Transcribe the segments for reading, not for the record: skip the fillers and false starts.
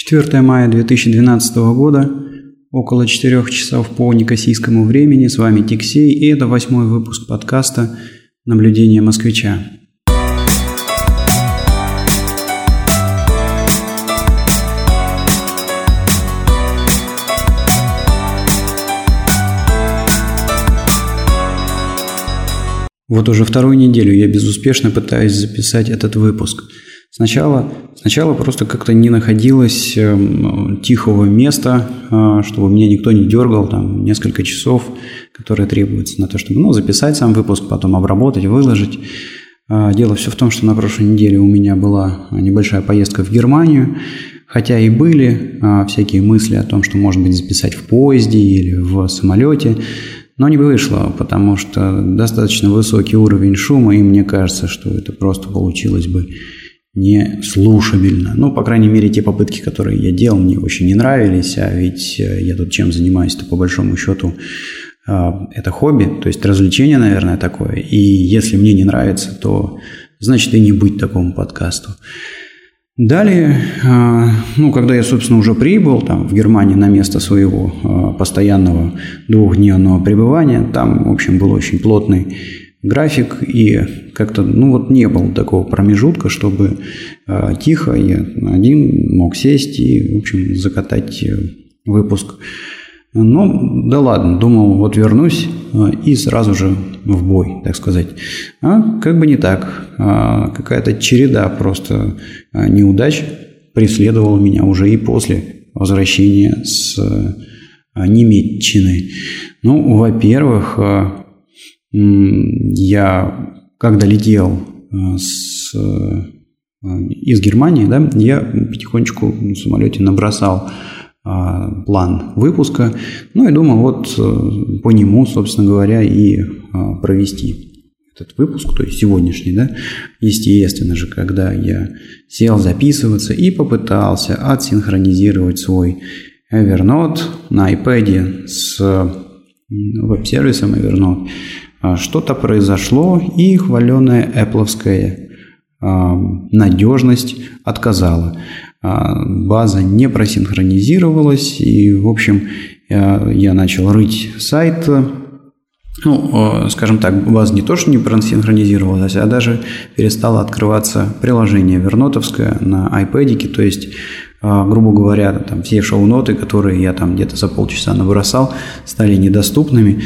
4 мая 2012 года, около 4 часов по некосийскому времени. С вами Тиксей, и это 8-й выпуск подкаста «Наблюдение москвича». Вот уже вторую неделю я безуспешно пытаюсь записать этот выпуск. Сначала просто как-то не находилось тихого места, чтобы меня никто не дергал, там несколько часов, которые требуются на то, чтобы записать сам выпуск, потом обработать, выложить. Дело все в том, что на прошлой неделе у меня была небольшая поездка в Германию, хотя и были всякие мысли о том, что, может быть, записать в поезде или в самолете, но не вышло, потому что достаточно высокий уровень шума, и мне кажется, что это просто получилось бы не слушабельно. По крайней мере, те попытки, которые я делал, мне очень не нравились, а ведь я тут чем занимаюсь-то по большому счету, это хобби, то есть развлечение, наверное, такое. И если мне не нравится, то значит и не быть такому подкасту. Далее, когда я, собственно, уже прибыл в Германии на место своего постоянного двухдневного пребывания, там, в общем, был очень плотный график, и как-то, не было такого промежутка, чтобы тихо я один мог сесть и, в общем, закатать выпуск. Да ладно, думал, вернусь и сразу же в бой, так сказать. А как бы не так. Какая-то череда просто неудач преследовала меня уже и после возвращения с Немеччины. Во-первых, я, когда летел из Германии, я потихонечку в самолете набросал план выпуска, и думал по нему, собственно говоря, и провести этот выпуск, то есть сегодняшний, естественно же, когда я сел записываться и попытался отсинхронизировать свой Evernote на iPad с веб-сервисом Evernote, что-то произошло, и хваленая Apple'овская надежность отказала. База не просинхронизировалась, и, в общем, я начал рыть сайт. Скажем так, база не то, что не просинхронизировалась, а даже перестало открываться приложение Evernote'овское на iPad'ике, то есть, грубо говоря, все шоу-ноты, которые я где-то за полчаса набросал, стали недоступными.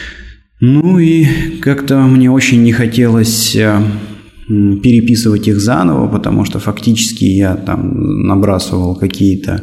И как-то мне очень не хотелось переписывать их заново, потому что фактически я набрасывал какие-то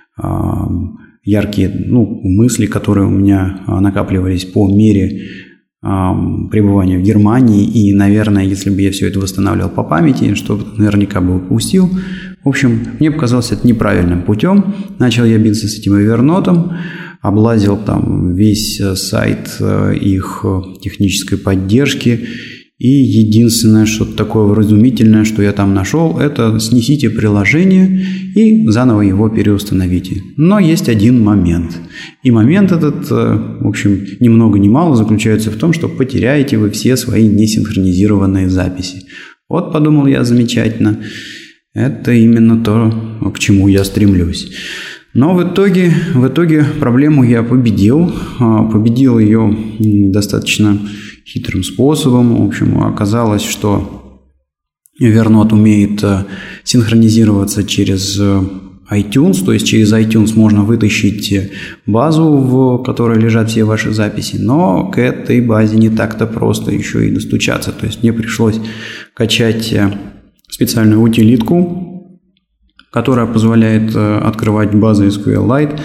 яркие мысли, которые у меня накапливались по мере пребывания в Германии, и, наверное, если бы я все это восстанавливал по памяти, что-то наверняка бы упустил. В общем, мне показалось это неправильным путем. Начал я биться с этим Evernote'ом, облазил весь сайт их технической поддержки. И единственное, что-то такое вразумительное, что я там нашел, это снесите приложение и заново его переустановите. Но есть один момент. И момент этот, в общем, ни много ни мало заключается в том, что потеряете вы все свои несинхронизированные записи. подумал я, замечательно. Это именно то, к чему я стремлюсь. Но в итоге проблему я победил. Победил ее достаточно хитрым способом. В общем, оказалось, что Evernote умеет синхронизироваться через iTunes, то есть через iTunes можно вытащить базу, в которой лежат все ваши записи, но к этой базе не так-то просто еще и достучаться. То есть мне пришлось качать специальную утилитку, которая позволяет открывать базу SQLite.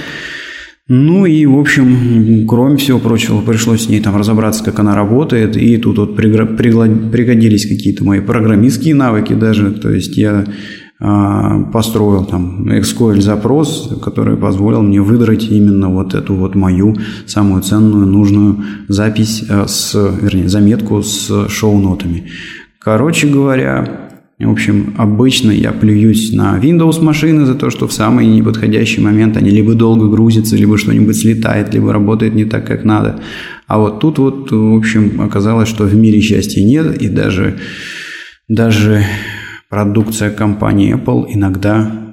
И, в общем, кроме всего прочего, пришлось с ней разобраться, как она работает. И тут пригодились какие-то мои программистские навыки даже. То есть я построил SQL-запрос, который позволил мне выдрать именно эту мою самую ценную, нужную запись, заметку с шоу-нотами. Короче говоря, в общем, обычно я плююсь на Windows машины за то, что в самый неподходящий момент они либо долго грузятся, либо что-нибудь слетает, либо работает не так, как надо. А тут, в общем, оказалось, что в мире счастья нет, и даже продукция компании Apple иногда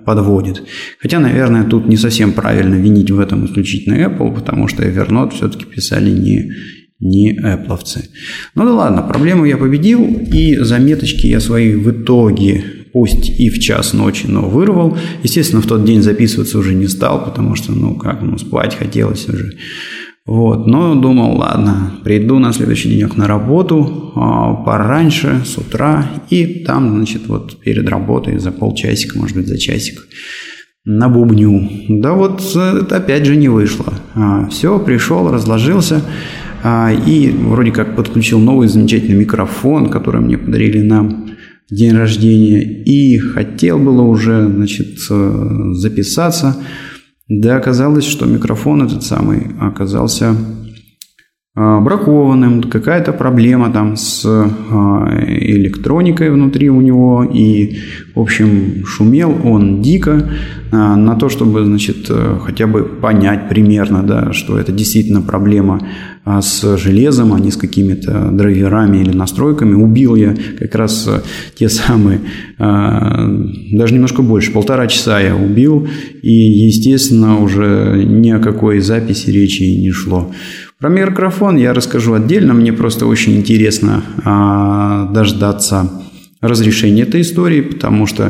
подводит. Хотя, наверное, тут не совсем правильно винить в этом исключительно Apple, потому что Evernote все-таки писали не Apple'овцы. Ну да ладно, проблему я победил, и заметочки я свои в итоге, пусть и в час ночи, но вырвал. Естественно, в тот день записываться уже не стал, потому что, спать хотелось уже. Вот, но думал, ладно, приду на следующий денек на работу пораньше, с утра, и там, значит, вот перед работой за полчасика, может быть, за часик набубню. Да вот это опять же не вышло. Все, пришел, разложился, и вроде как подключил новый замечательный микрофон, который мне подарили на день рождения, и хотел было уже, значит, записаться. Да, оказалось, что микрофон этот самый оказался бракованным, какая-то проблема там с электроникой внутри у него, и, в общем, шумел он дико. На то, чтобы, значит, хотя бы понять примерно, да, что это действительно проблема с железом, а не с какими-то драйверами или настройками, убил я как раз те самые, даже немножко больше, 1,5 часа я убил, и, естественно, уже ни о какой записи речи не шло. Про микрофон я расскажу отдельно, мне просто очень интересно дождаться разрешения этой истории, потому что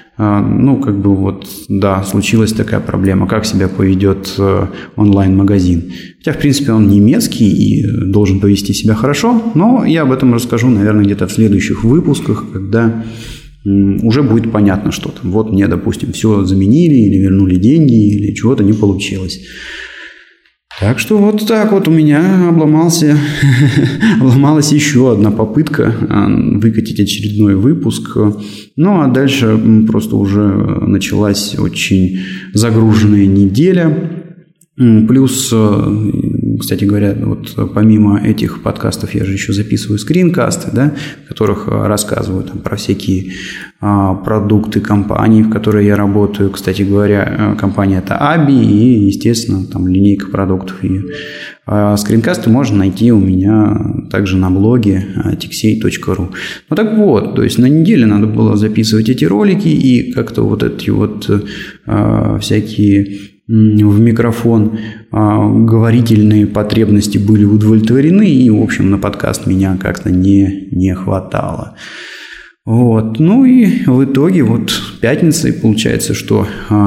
случилась такая проблема, как себя поведет онлайн-магазин. Хотя, в принципе, он немецкий и должен повести себя хорошо, но я об этом расскажу, наверное, где-то в следующих выпусках, когда уже будет понятно что-то. Вот мне, допустим, все заменили или вернули деньги, или чего-то не получилось. Так что вот так вот у меня обломалась еще одна попытка выкатить очередной выпуск. Ну, а дальше просто уже началась очень загруженная неделя. Плюс, кстати говоря, вот помимо этих подкастов я же еще записываю скринкасты, да, в которых рассказываю там про всякие продукты компаний, в которой я работаю. Кстати говоря, компания это Аби и, естественно, там линейка продуктов. И скринкасты можно найти у меня также на блоге tixey.ru. Ну так вот, то есть на неделе надо было записывать эти ролики, и как-то вот эти вот всякие в микрофон говорительные потребности были удовлетворены, и, в общем, на подкаст меня как-то не хватало. Вот. Ну и в итоге вот пятницей получается, что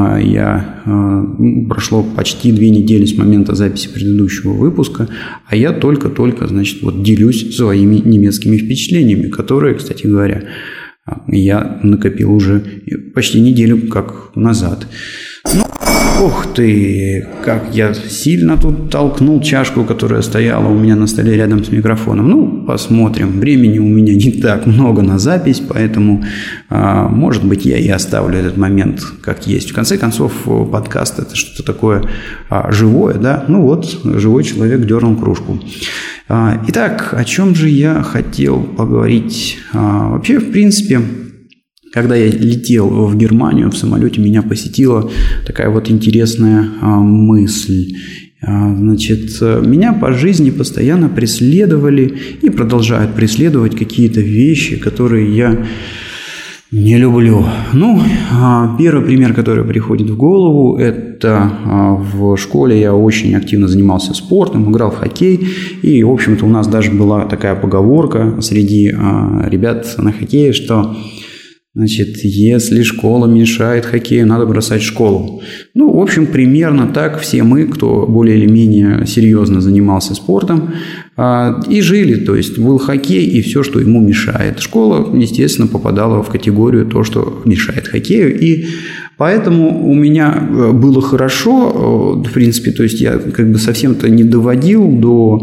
прошло почти 2 недели с момента записи предыдущего выпуска, а я только-только, значит, вот делюсь своими немецкими впечатлениями, которые, кстати говоря, я накопил уже почти неделю как назад. Ух ты, как я сильно тут толкнул чашку, которая стояла у меня на столе рядом с микрофоном. Ну, посмотрим. Времени у меня не так много на запись, поэтому, может быть, я и оставлю этот момент как есть. В конце концов, подкаст – это что-то такое живое, да? Ну вот, живой человек дернул кружку. Итак, о чем же я хотел поговорить? Вообще, в принципе, когда я летел в Германию в самолете, меня посетила такая вот интересная мысль. Значит, меня по жизни постоянно преследовали и продолжают преследовать какие-то вещи, которые я не люблю. Ну, первый пример, который приходит в голову, это в школе я очень активно занимался спортом, играл в хоккей. И, в общем-то, у нас даже была такая поговорка среди ребят на хоккее, что... Значит, если школа мешает хоккею, надо бросать школу. Ну, в общем, примерно так все мы, кто более или менее серьезно занимался спортом, и жили. То есть был хоккей и все, что ему мешает. Школа, естественно, попадала в категорию то, что мешает хоккею. И поэтому у меня было хорошо, в принципе, то есть я как бы совсем-то не доводил до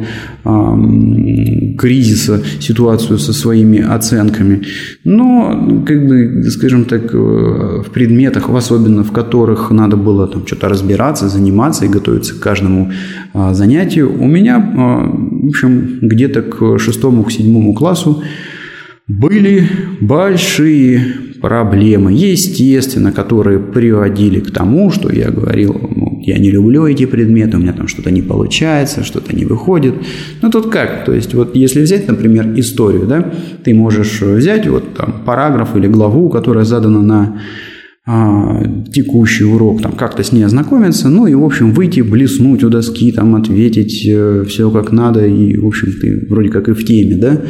кризиса ситуацию со своими оценками. Но, как бы, скажем так, в предметах, особенно в которых надо было там что-то разбираться, заниматься и готовиться к каждому занятию, у меня, в общем, где-то к 6-7 классу были большие проблемы, естественно, которые приводили к тому, что я говорил, я не люблю эти предметы, у меня там что-то не получается, что-то не выходит. Ну, тут как? То есть, вот если взять, например, историю, да, ты можешь взять вот там параграф или главу, которая задана на текущий урок, там как-то с ней ознакомиться, ну и, в общем, выйти, блеснуть у доски, там ответить все как надо, и, в общем, ты вроде как и в теме, да.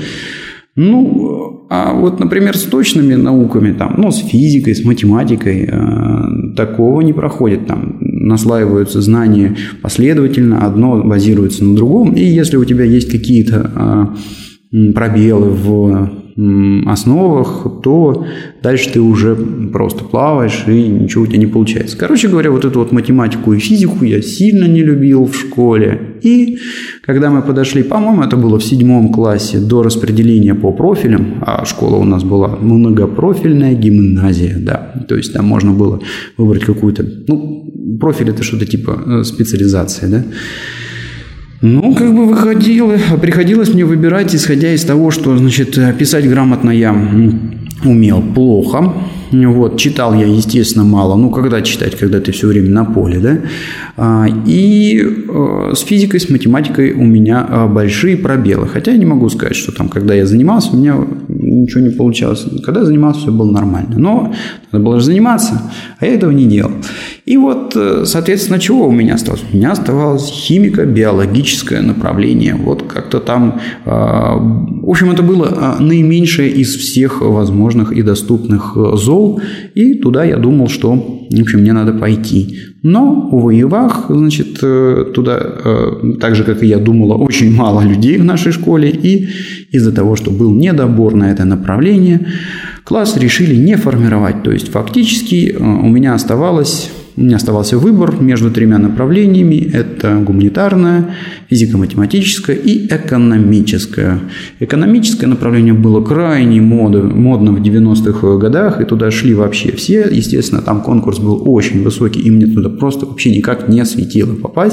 Ну, а вот, например, с точными науками, там, ну, с физикой, с математикой такого не проходит. Там наслаиваются знания последовательно, одно базируется на другом, и если у тебя есть какие-то пробелы в основах, то дальше ты уже просто плаваешь, и ничего у тебя не получается. Короче говоря, вот эту вот математику и физику я сильно не любил в школе. И когда мы подошли, по-моему, это было в 7 классе, до распределения по профилям, а школа у нас была многопрофильная гимназия, да, то есть там можно было выбрать какую-то, ну, профиль – это что-то типа специализация, да. Ну, как бы приходилось мне выбирать, исходя из того, что, значит, писать грамотно я умел плохо. Вот, читал я, естественно, мало. Ну, когда читать, когда ты все время на поле, да? И с физикой, с математикой у меня большие пробелы. Хотя я не могу сказать, что там, когда я занимался, у меня ничего не получалось. Когда я занимался, все было нормально. Но надо было же заниматься, а я этого не делал. И вот, соответственно, чего у меня осталось? У меня оставалось химико-биологическое направление. Вот как-то там... В общем, это было наименьшее из всех возможных и доступных зол. И туда я думал, что, в общем, мне надо пойти. Но, увы и вах, значит, туда, так же, как и я думала, очень мало людей в нашей школе. И из-за того, что был недобор на это направление, класс решили не формировать. То есть, фактически, у меня оставался выбор между 3 направлениями. Это гуманитарное, физико-математическое и экономическое. Экономическое направление было крайне модно в 90-х годах, и туда шли вообще все. Естественно, там конкурс был очень высокий, и мне туда просто вообще никак не светило попасть.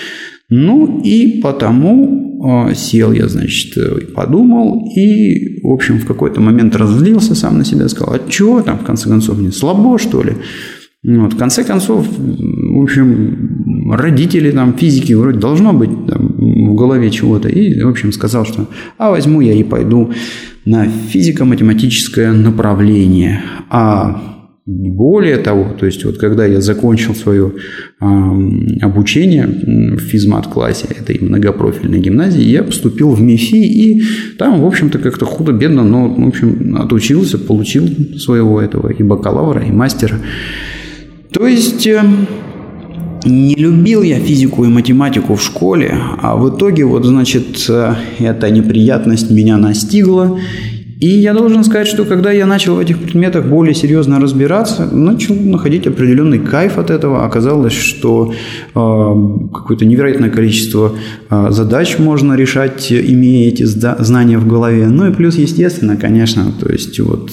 Ну и потому сел я, значит, подумал и, в общем, в какой-то момент разозлился сам на себя, сказал: а чего там, в конце концов, мне слабо, что ли? Вот, в конце концов, в общем, родители там физики вроде должно быть там в голове чего-то. И, в общем, сказал, что возьму я и пойду на физико-математическое направление. А более того, то есть вот когда я закончил свое обучение в физмат-классе этой многопрофильной гимназии, я поступил в МИФИ, и там, в общем-то, как-то худо-бедно, но, в общем, отучился, получил своего этого и бакалавра, и мастера. То есть не любил я физику и математику в школе, а в итоге, вот, значит, эта неприятность меня настигла. И я должен сказать, что когда я начал в этих предметах более серьезно разбираться, начал находить определенный кайф от этого. Оказалось, что какое-то невероятное количество задач можно решать, имея эти знания в голове. Ну и плюс, естественно, конечно, то есть вот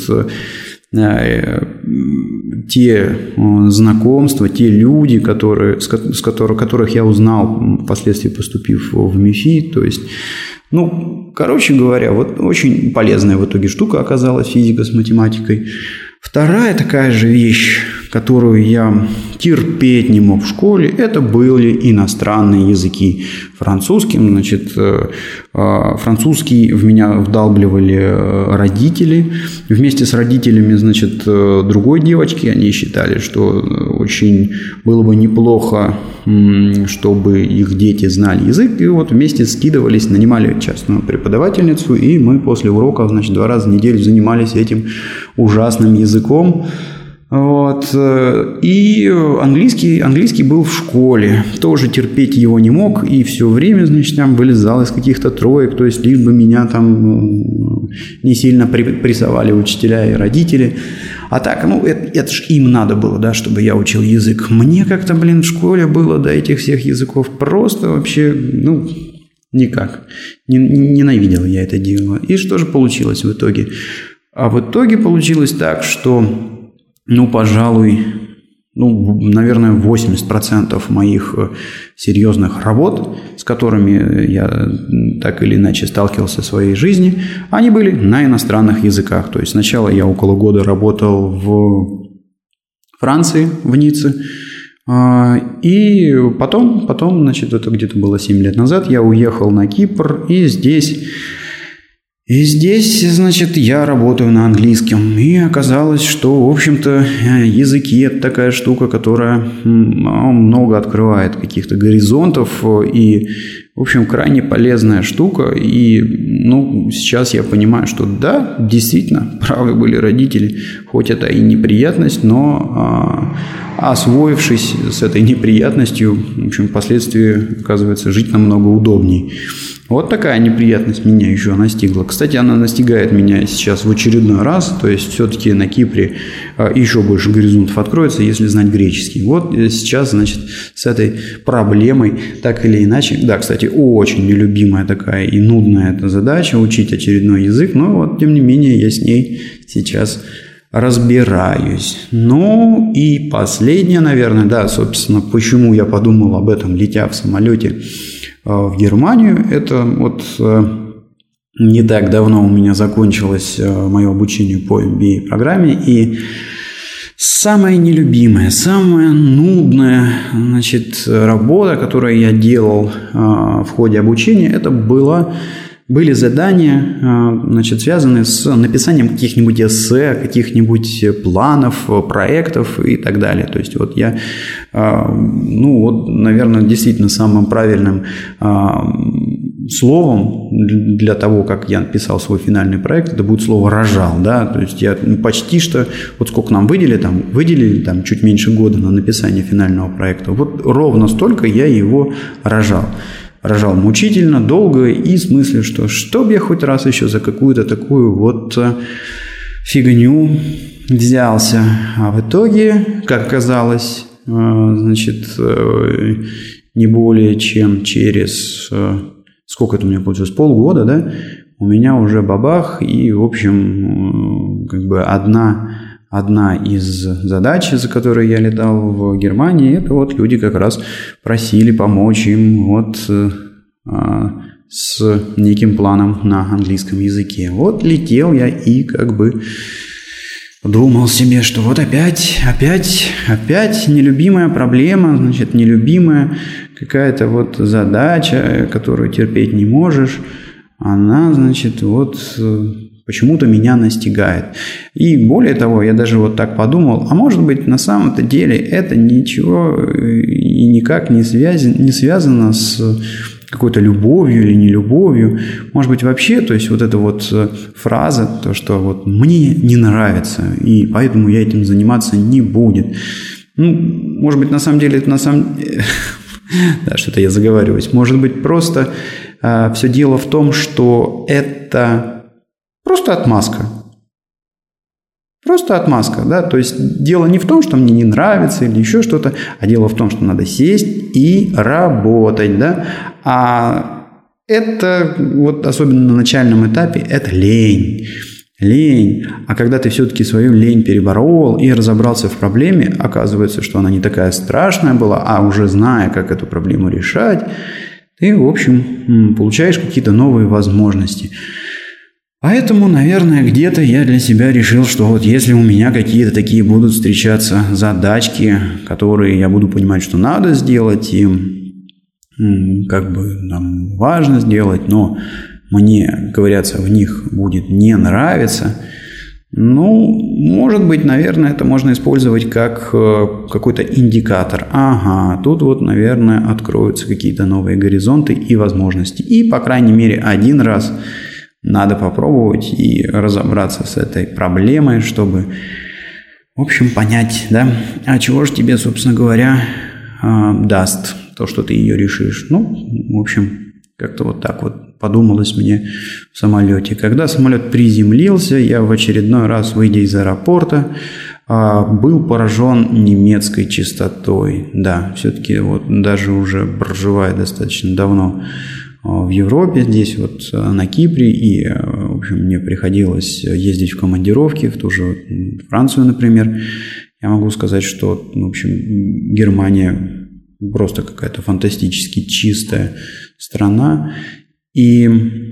те знакомства, те люди, которых я узнал, впоследствии поступив в МИФИ, то есть, ну, короче говоря, вот очень полезная в итоге штука оказалась физика с математикой. Вторая такая же вещь, которую я терпеть не мог в школе, это были иностранные языки. Французским, значит, французский в меня вдалбливали родители. Вместе с родителями, значит, другой девочки, они считали, что очень было бы неплохо, чтобы их дети знали язык. И вот вместе скидывались, нанимали частную преподавательницу, и мы после уроков, значит, 2 раза в неделю занимались этим ужасным языком. Вот. И английский был в школе, тоже терпеть его не мог, и все время, значит, там вылезал из каких-то троек, то есть лишь бы меня там не сильно прессовали учителя и родители. А так, ну, это ж им надо было, да, чтобы я учил язык. Мне как-то, в школе было до этих всех языков просто вообще, ну, никак. Ненавидел я это дело. И что же получилось в итоге? А в итоге получилось так, что... Ну, пожалуй, наверное, 80% моих серьезных работ, с которыми я так или иначе сталкивался в своей жизни, они были на иностранных языках. То есть сначала я около года работал в Франции, в Ницце, и потом, значит, это где-то было 7 лет назад, я уехал на Кипр, и здесь И здесь, значит, я работаю на английском, и оказалось, что, в общем-то, языки – это такая штука, которая много открывает каких-то горизонтов, и, в общем, крайне полезная штука. И, сейчас я понимаю, что да, действительно, правы были родители, хоть это и неприятность, но освоившись с этой неприятностью, в общем, впоследствии, оказывается, жить намного удобнее. Вот такая неприятность меня еще настигла. Кстати, она настигает меня сейчас в очередной раз. То есть, все-таки на Кипре еще больше горизонтов откроется, если знать греческий. Вот сейчас, значит, с этой проблемой так или иначе... Да, кстати, очень нелюбимая такая и нудная эта задача — учить очередной язык. Но вот, тем не менее, я с ней сейчас разбираюсь. Ну и последнее, наверное, да, собственно, почему я подумал об этом, летя в самолете в Германию. Это вот не так давно у меня закончилось мое обучение по MBA-программе, и самая нелюбимая, самая нудная, значит, работа, которую я делал в ходе обучения, это были задания, значит, связанные с написанием каких-нибудь эссе, каких-нибудь планов, проектов и так далее. То есть вот я, наверное, действительно самым правильным словом для того, как я писал свой финальный проект, это будет слово «рожал», да, то есть я почти что, вот сколько нам выделили чуть меньше года на написание финального проекта, вот ровно столько я его рожал. Рожал мучительно, долго, и в смысле, чтоб я хоть раз еще за какую-то такую вот фигню взялся. А в итоге, как оказалось, значит, не более чем через, сколько это у меня получилось, полгода, да, у меня уже бабах, и, в общем, как бы одна из задач, за которой я летал в Германии, это вот люди как раз просили помочь им вот с неким планом на английском языке. Вот летел я и как бы думал себе, что вот опять нелюбимая проблема, значит, нелюбимая какая-то вот задача, которую терпеть не можешь, она, значит, вот почему-то меня настигает. И более того, я даже вот так подумал, а может быть, на самом-то деле это ничего и никак не связано с какой-то любовью или нелюбовью. Может быть, вообще, то есть вот эта вот фраза, то, что вот мне не нравится, и поэтому я этим заниматься не буду. Может быть, на самом деле, это да, что-то я заговариваюсь. Может быть, просто все дело в том, что это просто отмазка. Просто отмазка, да, то есть дело не в том, что мне не нравится или еще что-то, а дело в том, что надо сесть и работать, да, а это вот особенно на начальном этапе это лень, а когда ты все-таки свою лень переборол и разобрался в проблеме, оказывается, что она не такая страшная была, а уже зная, как эту проблему решать, ты, в общем, получаешь какие-то новые возможности. Поэтому, наверное, где-то я для себя решил, что вот если у меня какие-то такие будут встречаться задачки, которые я буду понимать, что надо сделать, и как бы нам важно сделать, но мне, говорится, в них будет не нравиться, может быть, наверное, это можно использовать как какой-то индикатор. Ага, тут вот, наверное, откроются какие-то новые горизонты и возможности. И, по крайней мере, один раз надо попробовать и разобраться с этой проблемой, чтобы, в общем, понять, да, а чего же тебе, собственно говоря, даст то, что ты ее решишь. В общем, как-то вот так вот подумалось мне в самолете. Когда самолет приземлился, я в очередной раз, выйдя из аэропорта, был поражен немецкой чистотой. Да, все-таки вот даже уже проживая достаточно давно в Европе, здесь вот на Кипре, и, в общем, мне приходилось ездить в командировки, в ту же Францию, например. Я могу сказать, что, в общем, Германия просто какая-то фантастически чистая страна. И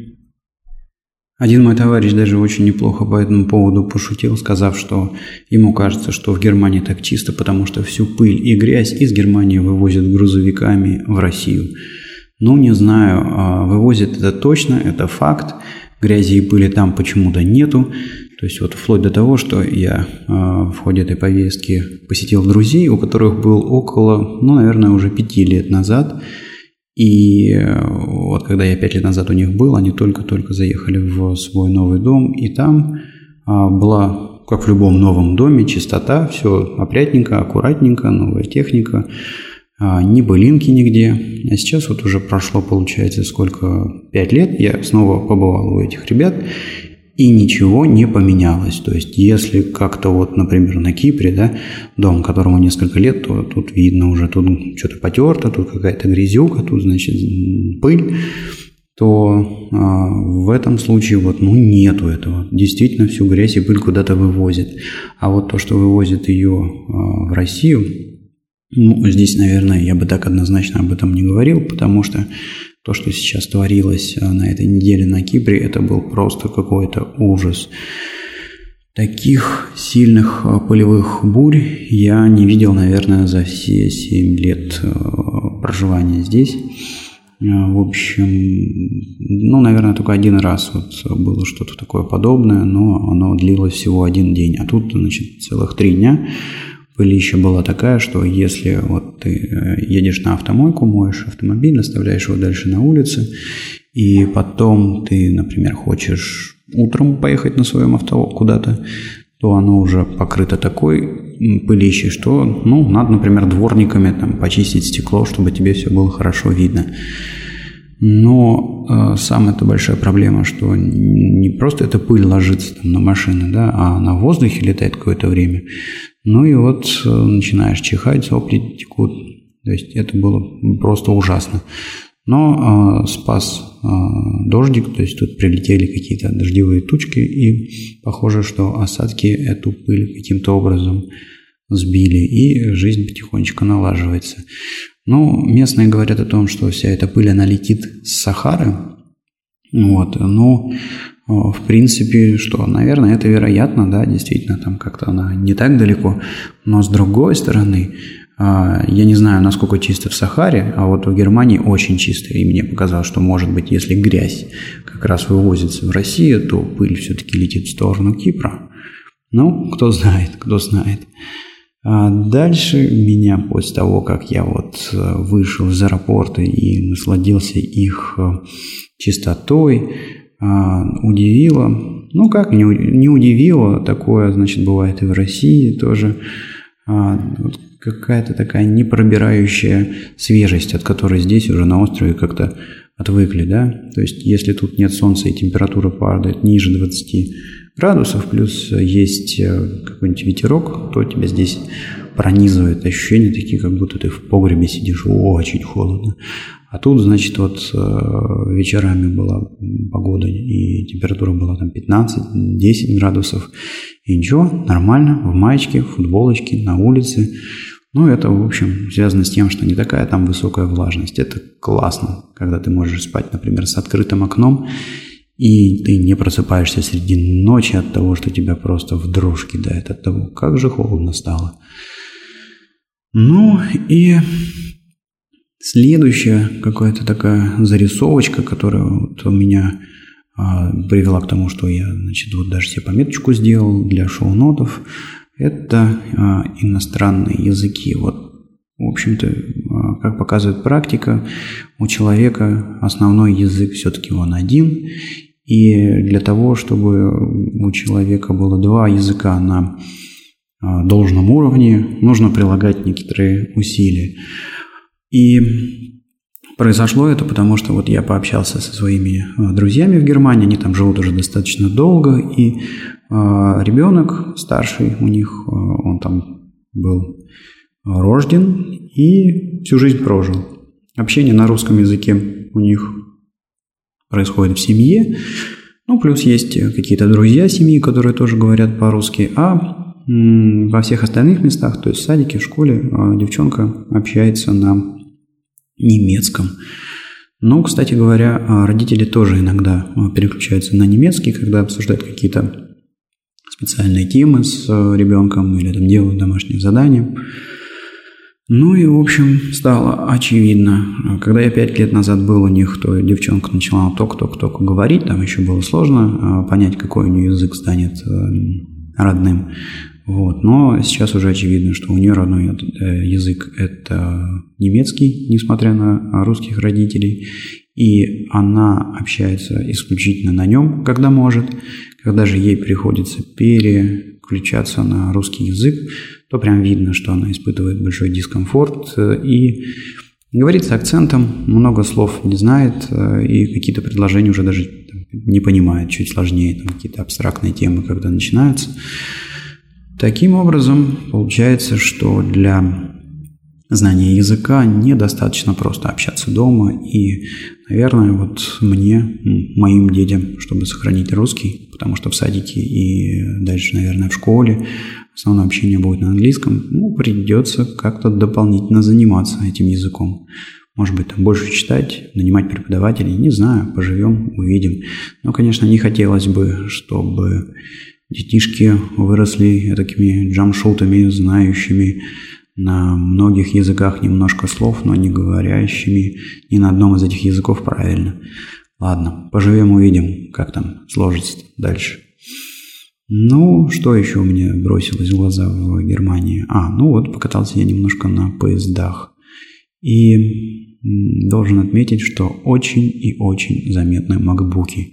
один мой товарищ даже очень неплохо по этому поводу пошутил, сказав, что ему кажется, что в Германии так чисто, потому что всю пыль и грязь из Германии вывозят грузовиками в Россию. Не знаю, вывозят это точно, это факт. грязи и пыли там почему-то нету. То есть вот вплоть до того, что я в ходе этой поездки посетил друзей, у которых был около, наверное, уже 5 лет назад. И вот когда я 5 лет назад у них был, они только-только заехали в свой новый дом, и там была, как в любом новом доме, чистота, все опрятненько, аккуратненько, новая техника, ни пылинки нигде. А сейчас вот уже прошло, получается, сколько, 5 лет, я снова побывал у этих ребят, и ничего не поменялось. То есть, если как-то вот, например, на Кипре, да, дом, которому несколько лет, то тут видно уже, тут что-то потерто, тут какая-то грязюка, тут, значит, пыль, то в этом случае вот, нету этого. Действительно, всю грязь и пыль куда-то вывозят. А вот то, что вывозят ее в Россию, здесь, наверное, я бы так однозначно об этом не говорил, потому что то, что сейчас творилось на этой неделе на Кипре, это был просто какой-то ужас. Таких сильных пылевых бурь я не видел, наверное, за все 7 лет проживания здесь. В общем, наверное, только один раз вот было что-то такое подобное, но оно длилось всего 1 день. А тут, значит, целых 3 дня. Пылища была такая, что если вот ты едешь на автомойку, моешь автомобиль, оставляешь его дальше на улице, и потом ты, например, хочешь утром поехать на своем авто куда-то, то оно уже покрыто такой пылищей, что, надо, например, дворниками там почистить стекло, чтобы тебе все было хорошо видно. Но самая-то большая проблема, что не просто эта пыль ложится там на машины, да, а на воздухе летает какое-то время. И вот начинаешь чихать, сопли текут. То есть это было просто ужасно. Но спас дождик, то есть тут прилетели какие-то дождевые тучки, и похоже, что осадки эту пыль каким-то образом сбили, и жизнь потихонечку налаживается. Местные говорят о том, что вся эта пыль, она летит с Сахары. В принципе, что, наверное, это вероятно, да, действительно, там как-то она не так далеко. Но с другой стороны, я не знаю, насколько чисто в Сахаре, а вот в Германии очень чисто. И мне показалось, что, может быть, если грязь как раз вывозится в Россию, то пыль все-таки летит в сторону Кипра. Кто знает, кто знает. Дальше меня, после того, как я вот вышел из аэропорта и насладился их чистотой, удивило, как не удивило, такое, значит, бывает и в России тоже, вот какая-то такая непробирающая свежесть, от которой здесь уже на острове как-то отвыкли, да, то есть если тут нет солнца и температура падает ниже 20 градусов, плюс есть какой-нибудь ветерок, то тебя здесь пронизывает ощущения такие, как будто ты в погребе сидишь, очень холодно. А тут, значит, вот вечерами была погода, и температура была там 15-10 градусов. И ничего, нормально, в маечке, в футболочке, на улице. Это, в общем, связано с тем, что не такая там высокая влажность. Это классно, когда ты можешь спать, например, с открытым окном, и ты не просыпаешься среди ночи от того, что тебя просто в дрожь кидает от того, как же холодно стало. И следующая какая-то такая зарисовочка, которая вот у меня привела к тому, что я, значит, вот даже себе пометочку сделал для шоу-нотов, это иностранные языки. Вот, в общем-то, как показывает практика, у человека основной язык все-таки он один, и для того, чтобы у человека было 2 языка на должном уровне, нужно прилагать некоторые усилия. И произошло это потому, что вот я пообщался со своими друзьями в Германии, они там живут уже достаточно долго, и ребенок старший у них, он там был рожден и всю жизнь прожил. Общение на русском языке у них происходит в семье, плюс есть какие-то друзья семьи, которые тоже говорят по-русски, а во всех остальных местах, то есть в садике, в школе, девчонка общается на немецком. Кстати говоря, родители тоже иногда переключаются на немецкий, когда обсуждают какие-то специальные темы с ребенком или там делают домашние задания. Ну и, в общем, стало очевидно. Когда я 5 лет назад был у них, то девчонка начала только говорить, там еще было сложно понять, какой у нее язык станет родным. Вот. Но сейчас уже очевидно, что у нее родной язык – это немецкий, несмотря на русских родителей. И она общается исключительно на нем, когда может. Когда же ей приходится переключаться на русский язык, то прям видно, что она испытывает большой дискомфорт и говорит с акцентом, много слов не знает и какие-то предложения уже даже не понимает, чуть сложнее, там какие-то абстрактные темы, когда начинаются. Таким образом, получается, что для знания языка недостаточно просто общаться дома, и, наверное, вот мне, моим детям, чтобы сохранить русский, потому что в садике и дальше, наверное, в школе основное общение будет на английском, придется как-то дополнительно заниматься этим языком. Может быть, там больше читать, нанимать преподавателей, не знаю, поживем, увидим. Но, конечно, не хотелось бы, чтобы детишки выросли такими джамшутами, знающими на многих языках немножко слов, но не говорящими ни на одном из этих языков правильно. Ладно, поживем, увидим, как там сложится дальше. Ну, что еще мне бросилось в глаза в Германии? Покатался я немножко на поездах. И должен отметить, что очень и очень заметны макбуки.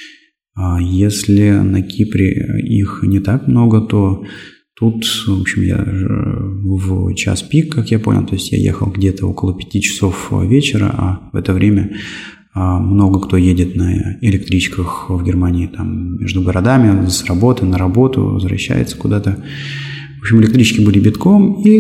Если на Кипре их не так много, то тут, в общем, я в час пик, как я понял, то есть я ехал где-то около 5 часов вечера, а в это время много кто едет на электричках в Германии, там, между городами, с работы на работу, возвращается куда-то. В общем, электрички были битком, и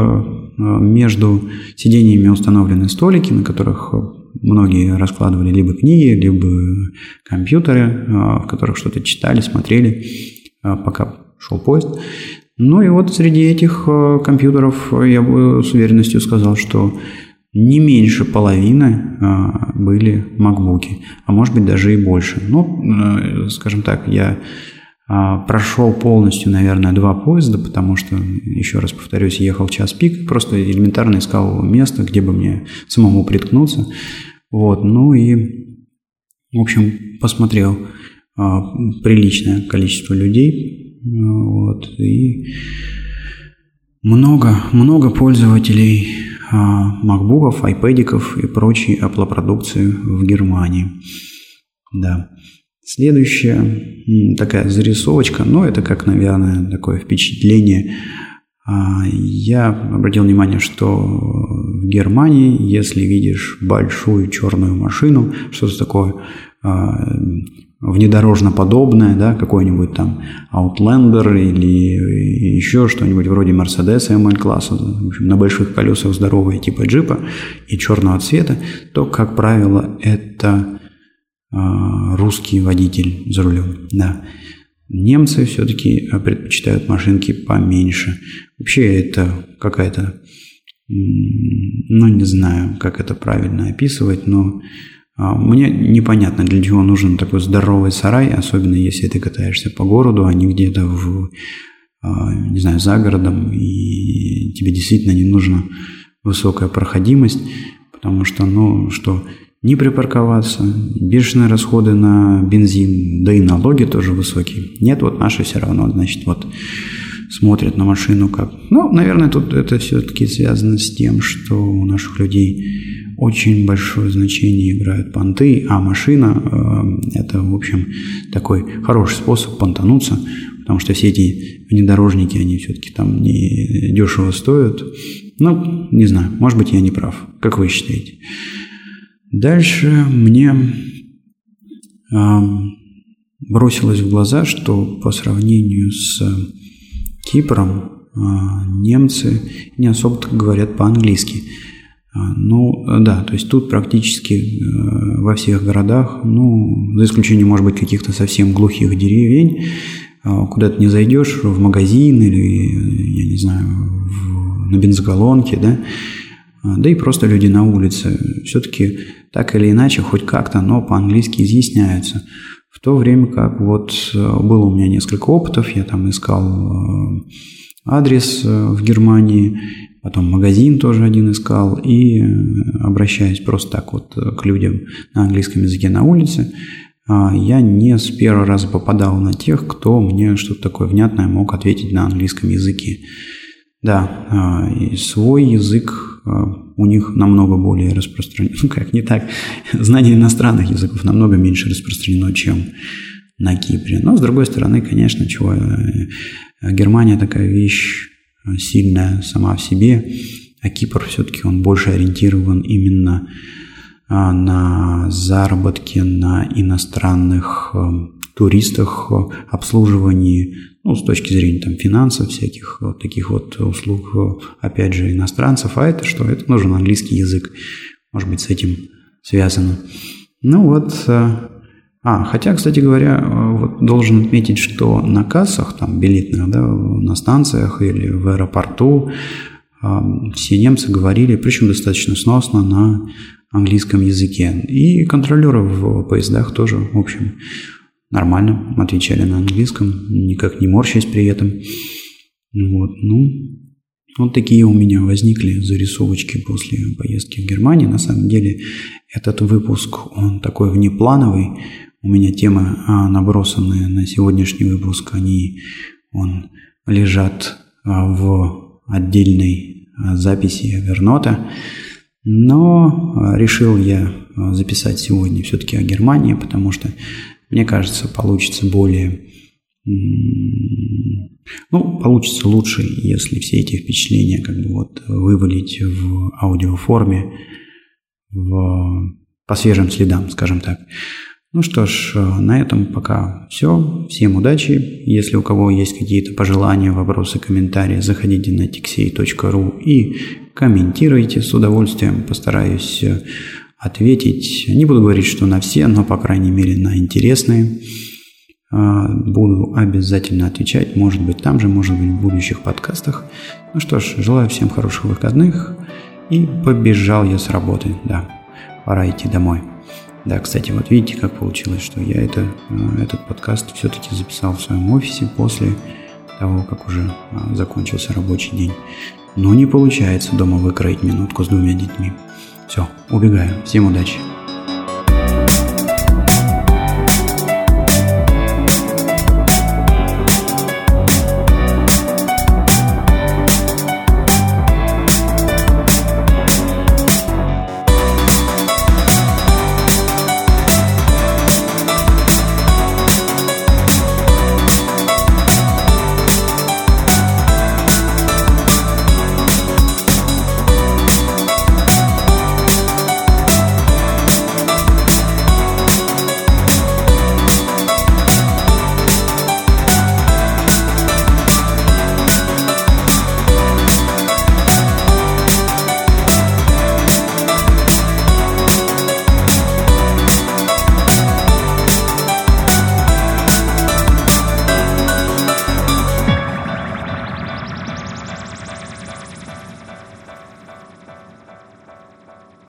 между сидениями установлены столики, на которых многие раскладывали либо книги, либо компьютеры, в которых что-то читали, смотрели, пока шел поезд. Ну и вот среди этих компьютеров я бы с уверенностью сказал, что не меньше половины были макбуки, а может быть даже и больше. Ну, скажем так, я прошел полностью, наверное, 2 поезда, потому что, еще раз повторюсь, ехал в час пик, просто элементарно искал место, где бы мне самому приткнуться. Вот, ну и, в общем, посмотрел приличное количество людей, вот, и много пользователей макбуков, айпэдиков и прочей Apple-продукции в Германии. Да. Следующая такая зарисовочка, это как, наверное, такое впечатление. Я обратил внимание, что в Германии, если видишь большую черную машину, что-то такое внедорожно-подобное, да, какой-нибудь там Outlander или еще что-нибудь вроде Mercedes ML-класса, в общем, на больших колесах здоровые типа джипа и черного цвета, то, как правило, это русский водитель за рулем, да. Немцы все-таки предпочитают машинки поменьше. Вообще это какая-то, не знаю, как это правильно описывать, но мне непонятно, для чего нужен такой здоровый сарай, особенно если ты катаешься по городу, а не где-то не знаю, за городом, и тебе действительно не нужна высокая проходимость, потому что, не припарковаться, бешеные расходы на бензин, да и налоги тоже высокие. Нет, вот наши все равно, значит, вот смотрят на машину как... наверное, тут это все-таки связано с тем, что у наших людей очень большое значение играют понты, а машина это, в общем, такой хороший способ понтануться, потому что все эти внедорожники, они все-таки там не дешево стоят. Не знаю, может быть, я не прав. Как вы считаете? Дальше мне бросилось в глаза, что по сравнению с Кипром немцы не особо-то говорят по-английски. Да, то есть тут практически во всех городах, за исключением, может быть, каких-то совсем глухих деревень, куда ты не зайдешь, в магазин или, я не знаю, на бензоколонке, да и просто люди на улице все-таки так или иначе, хоть как-то, но по-английски изъясняются. В то время как было у меня несколько опытов, я там искал адрес в Германии, потом магазин тоже один искал, и обращаясь просто так вот к людям на английском языке на улице, я не с первого раза попадал на тех, кто мне что-то такое внятное мог ответить на английском языке. Да, и свой язык у них намного более распространен. Ну как, не так. Знание иностранных языков намного меньше распространено, чем на Кипре. Но, с другой стороны, конечно, Германия такая вещь сильная сама в себе, а Кипр все-таки он больше ориентирован именно на заработки, на иностранных туристах, обслуживании, с точки зрения финансов, всяких вот таких вот услуг, опять же, иностранцев. А это что? Это нужен английский язык. Может быть, с этим связано. Хотя, кстати говоря, вот должен отметить, что на кассах, билетных, на станциях или в аэропорту все немцы говорили, причем достаточно сносно, на английском языке. И контролеры в поездах тоже, в общем, нормально отвечали на английском, никак не морщась при этом. Вот такие у меня возникли зарисовочки после поездки в Германию. На самом деле этот выпуск, он такой внеплановый. У меня темы набросанные на сегодняшний выпуск, они лежат в отдельной записи Evernote. Но решил я записать сегодня все-таки о Германии, потому что, мне кажется, получится получится лучше, если все эти впечатления вывалить в аудиоформе, по свежим следам, скажем так. Ну что ж, на этом пока все. Всем удачи. Если у кого есть какие-то пожелания, вопросы, комментарии, заходите на tixey.ru и комментируйте. С удовольствием постараюсь ответить. Не буду говорить, что на все, но, по крайней мере, на интересные. Буду обязательно отвечать. Может быть, там же, может быть, в будущих подкастах. Ну что ж, желаю всем хороших выходных. И побежал я с работы. Да, пора идти домой. Да, кстати, вот видите, как получилось, что я этот подкаст все-таки записал в своем офисе после того, как уже закончился рабочий день. Но не получается дома выкроить минутку с 2 детьми. Все, убегаю. Всем удачи.